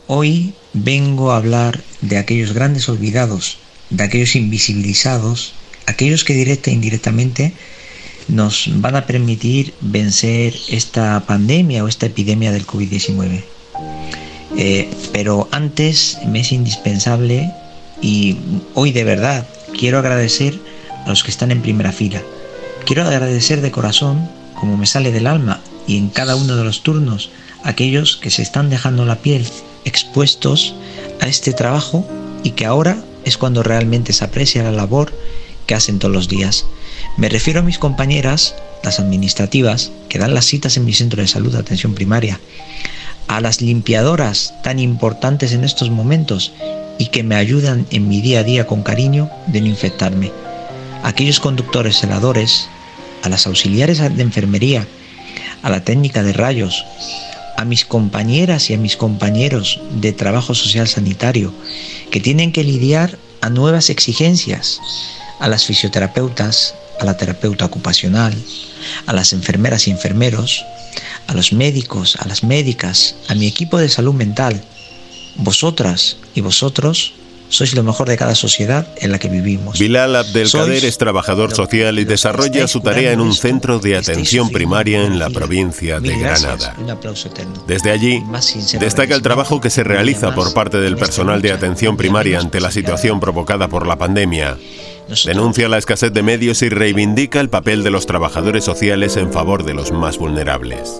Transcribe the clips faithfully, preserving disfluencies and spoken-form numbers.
Hoy vengo a hablar de aquellos grandes olvidados, de aquellos invisibilizados, aquellos que directa e indirectamente nos van a permitir vencer esta pandemia o esta epidemia del covid diecinueve. Eh, pero antes me es indispensable, y hoy de verdad quiero agradecer a los que están en primera fila. Quiero agradecer de corazón, como me sale del alma y en cada uno de los turnos, a aquellos que se están dejando la piel expuestos a este trabajo y que ahora es cuando realmente se aprecia la labor que hacen todos los días. Me refiero a mis compañeras, las administrativas, que dan las citas en mi centro de salud de atención primaria, a las limpiadoras tan importantes en estos momentos y que me ayudan en mi día a día con cariño de no infectarme, a aquellos conductores celadores, a las auxiliares de enfermería, a la técnica de rayos, a mis compañeras y a mis compañeros de trabajo social sanitario que tienen que lidiar a nuevas exigencias, a las fisioterapeutas, a la terapeuta ocupacional, a las enfermeras y enfermeros, a los médicos, a las médicas, a mi equipo de salud mental. Vosotras y vosotros sois lo mejor de cada sociedad en la que vivimos. Bilal Abdelkader es trabajador social y desarrolla su tarea en un centro de atención primaria en la provincia de Granada. Desde allí, destaca el trabajo que se realiza por parte del personal de atención primaria ante la situación provocada por la pandemia. Denuncia la escasez de medios y reivindica el papel de los trabajadores sociales en favor de los más vulnerables.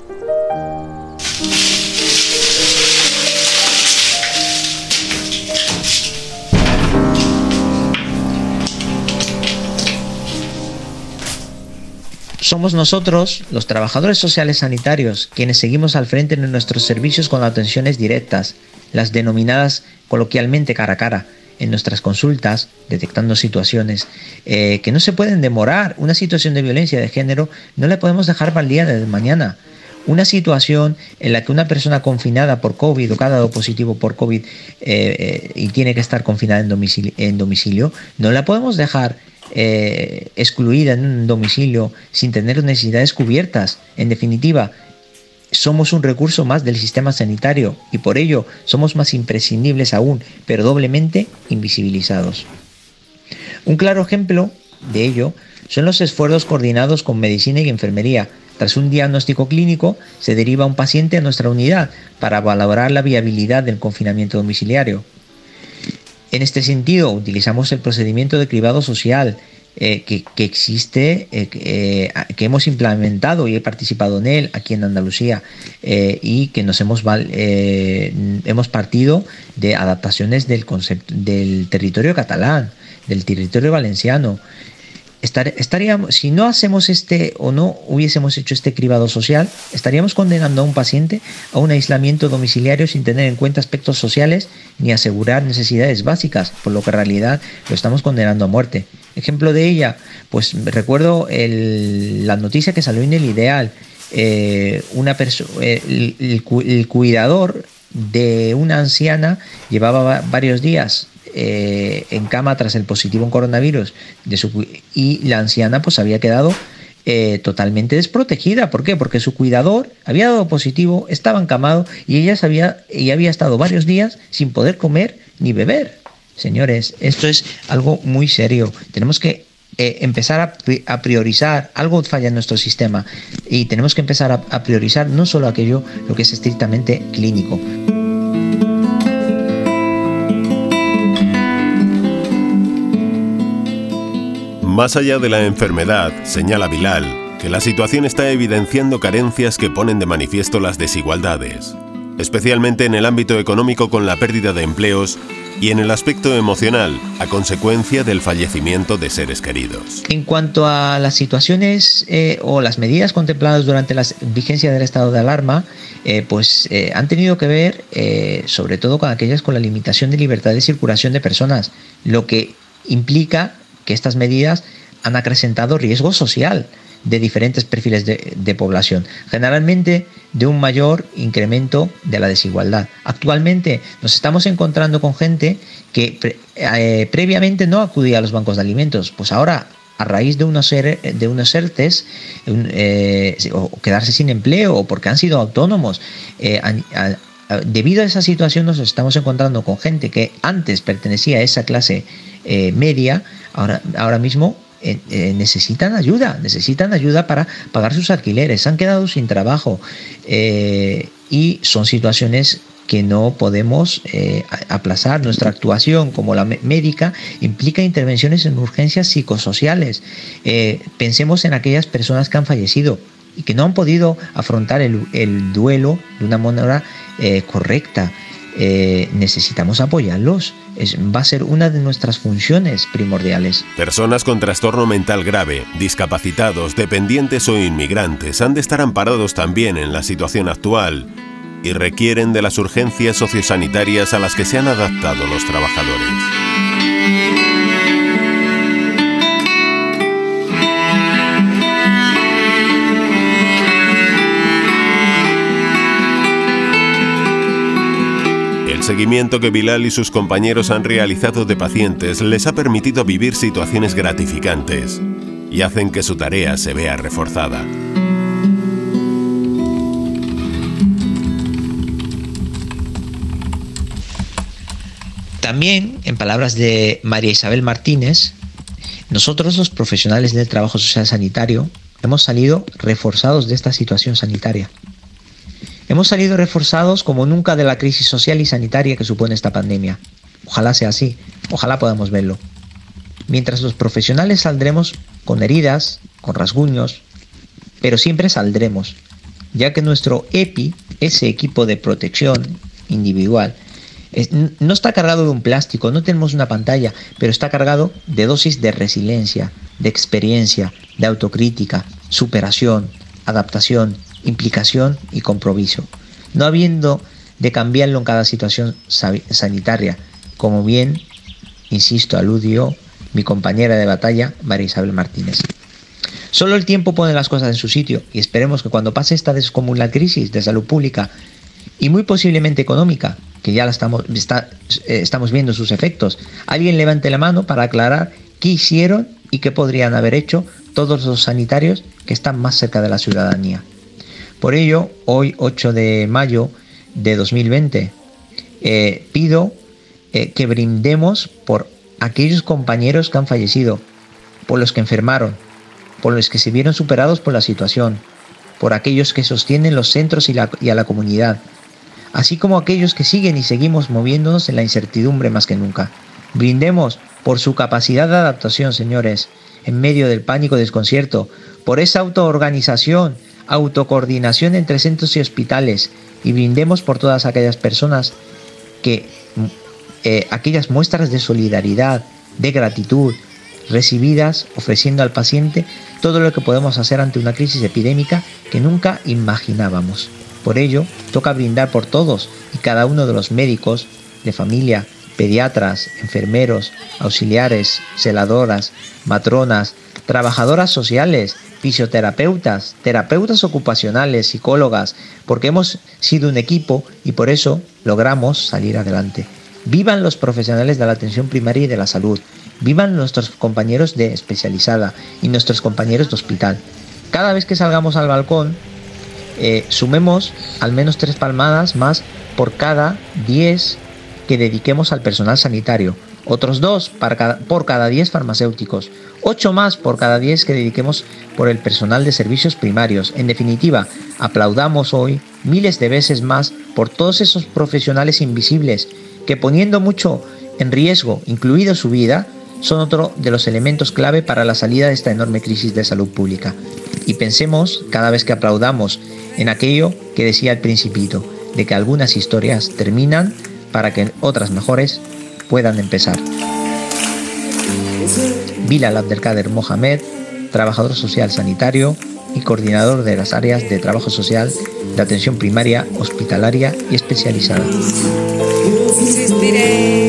Somos nosotros, los trabajadores sociales sanitarios, quienes seguimos al frente de nuestros servicios con atenciones directas, las denominadas coloquialmente cara a cara, en nuestras consultas, detectando situaciones eh, que no se pueden demorar. Una situación de violencia de género no la podemos dejar para el día de mañana. Una situación en la que una persona confinada por COVID o que ha dado positivo por COVID eh, eh, y tiene que estar confinada en domicilio, en domicilio no la podemos dejar eh, excluida en un domicilio sin tener necesidades cubiertas. En definitiva, somos un recurso más del sistema sanitario y por ello somos más imprescindibles aún, pero doblemente invisibilizados. Un claro ejemplo de ello son los esfuerzos coordinados con medicina y enfermería. Tras un diagnóstico clínico, se deriva un paciente a nuestra unidad para valorar la viabilidad del confinamiento domiciliario. En este sentido, utilizamos el procedimiento de cribado social eh, que, que existe, eh, eh, que hemos implementado y he participado en él aquí en Andalucía eh, y que nos hemos, eh, hemos partido de adaptaciones del, concepto, del territorio catalán, del territorio valenciano. Estar, estaríamos, si no hacemos este o no hubiésemos hecho este cribado social, estaríamos condenando a un paciente a un aislamiento domiciliario sin tener en cuenta aspectos sociales ni asegurar necesidades básicas, por lo que en realidad lo estamos condenando a muerte. Ejemplo de ella, pues recuerdo el, la noticia que salió en El Ideal, eh, una perso- el, el, el cuidador de una anciana llevaba varios días Eh, en cama tras el positivo en coronavirus de su, y la anciana pues había quedado eh, totalmente desprotegida. ¿Por qué? Porque su cuidador había dado positivo, estaba encamado y ella, sabía, ella había estado varios días sin poder comer ni beber. Señores, esto es algo muy serio. Tenemos que eh, empezar a, a priorizar. Algo falla en nuestro sistema y tenemos que empezar a, a priorizar no solo aquello lo que es estrictamente clínico. Más allá de la enfermedad, señala Bilal, que la situación está evidenciando carencias que ponen de manifiesto las desigualdades, especialmente en el ámbito económico con la pérdida de empleos y en el aspecto emocional, a consecuencia del fallecimiento de seres queridos. En cuanto a las situaciones eh, o las medidas contempladas durante la vigencia del estado de alarma, eh, pues eh, han tenido que ver eh, sobre todo con aquellas con la limitación de libertad de circulación de personas, lo que implica que estas medidas han acrecentado riesgo social de diferentes perfiles de, de población, generalmente de un mayor incremento de la desigualdad. Actualmente nos estamos encontrando con gente que pre, eh, previamente no acudía a los bancos de alimentos, pues ahora a raíz de unos, de unos ERTES eh, o quedarse sin empleo o porque han sido autónomos, eh, han, debido a esa situación nos estamos encontrando con gente que antes pertenecía a esa clase eh, media, ahora, ahora mismo eh, eh, necesitan ayuda, necesitan ayuda para pagar sus alquileres, han quedado sin trabajo eh, y son situaciones que no podemos eh, aplazar. Nuestra actuación como la médica implica intervenciones en urgencias psicosociales. Eh, pensemos en aquellas personas que han fallecido y que no han podido afrontar el, el duelo de una manera eh, correcta. Eh, necesitamos apoyarlos. Es, va a ser una de nuestras funciones primordiales. Personas con trastorno mental grave, discapacitados, dependientes o inmigrantes han de estar amparados también en la situación actual y requieren de las urgencias sociosanitarias a las que se han adaptado los trabajadores. El seguimiento que Bilal y sus compañeros han realizado de pacientes les ha permitido vivir situaciones gratificantes y hacen que su tarea se vea reforzada. También, en palabras de María Isabel Martínez, nosotros los profesionales del trabajo social sanitario hemos salido reforzados de esta situación sanitaria. Hemos salido reforzados como nunca de la crisis social y sanitaria que supone esta pandemia. Ojalá sea así, ojalá podamos verlo. Mientras los profesionales saldremos con heridas, con rasguños, pero siempre saldremos, ya que nuestro E P I, ese equipo de protección individual, Es, no está cargado de un plástico, no tenemos una pantalla, pero está cargado de dosis de resiliencia, de experiencia, de autocrítica, superación, adaptación, implicación y compromiso, no habiendo de cambiarlo en cada situación sanitaria, como bien, insisto, aludió mi compañera de batalla, María Isabel Martínez. Solo el tiempo pone las cosas en su sitio y esperemos que cuando pase esta descomunal crisis de salud pública y muy posiblemente económica, que ya la estamos, está, eh, estamos viendo sus efectos, alguien levante la mano para aclarar qué hicieron y qué podrían haber hecho todos los sanitarios que están más cerca de la ciudadanía. Por ello, hoy ocho de mayo de dos mil veinte, eh, pido eh, que brindemos por aquellos compañeros que han fallecido, por los que enfermaron, por los que se vieron superados por la situación, por aquellos que sostienen los centros y, la, y a la comunidad, así como aquellos que siguen y seguimos moviéndonos en la incertidumbre más que nunca. Brindemos por su capacidad de adaptación, señores, en medio del pánico y desconcierto, por esa autoorganización, autocoordinación entre centros y hospitales, y brindemos por todas aquellas personas que, eh, aquellas muestras de solidaridad, de gratitud, recibidas ofreciendo al paciente todo lo que podemos hacer ante una crisis epidémica que nunca imaginábamos. Por ello, toca brindar por todos y cada uno de los médicos de familia, pediatras, enfermeros, auxiliares, celadoras, matronas, trabajadoras sociales, fisioterapeutas, terapeutas ocupacionales, psicólogas, porque hemos sido un equipo y por eso logramos salir adelante. Vivan los profesionales de la atención primaria y de la salud, vivan nuestros compañeros de especializada y nuestros compañeros de hospital. Cada vez que salgamos al balcón, Eh, sumemos al menos tres palmadas más por cada diez que dediquemos al personal sanitario, otros dos para cada, por cada diez farmacéuticos, ocho más por cada diez que dediquemos por el personal de servicios primarios. En definitiva, aplaudamos hoy miles de veces más por todos esos profesionales invisibles que, poniendo mucho en riesgo, incluido su vida, son otro de los elementos clave para la salida de esta enorme crisis de salud pública. Y pensemos, cada vez que aplaudamos, en aquello que decía el Principito, de que algunas historias terminan para que otras mejores puedan empezar. Bilal Abdelkader Mohamed, trabajador social sanitario y coordinador de las áreas de trabajo social, de atención primaria, hospitalaria y especializada.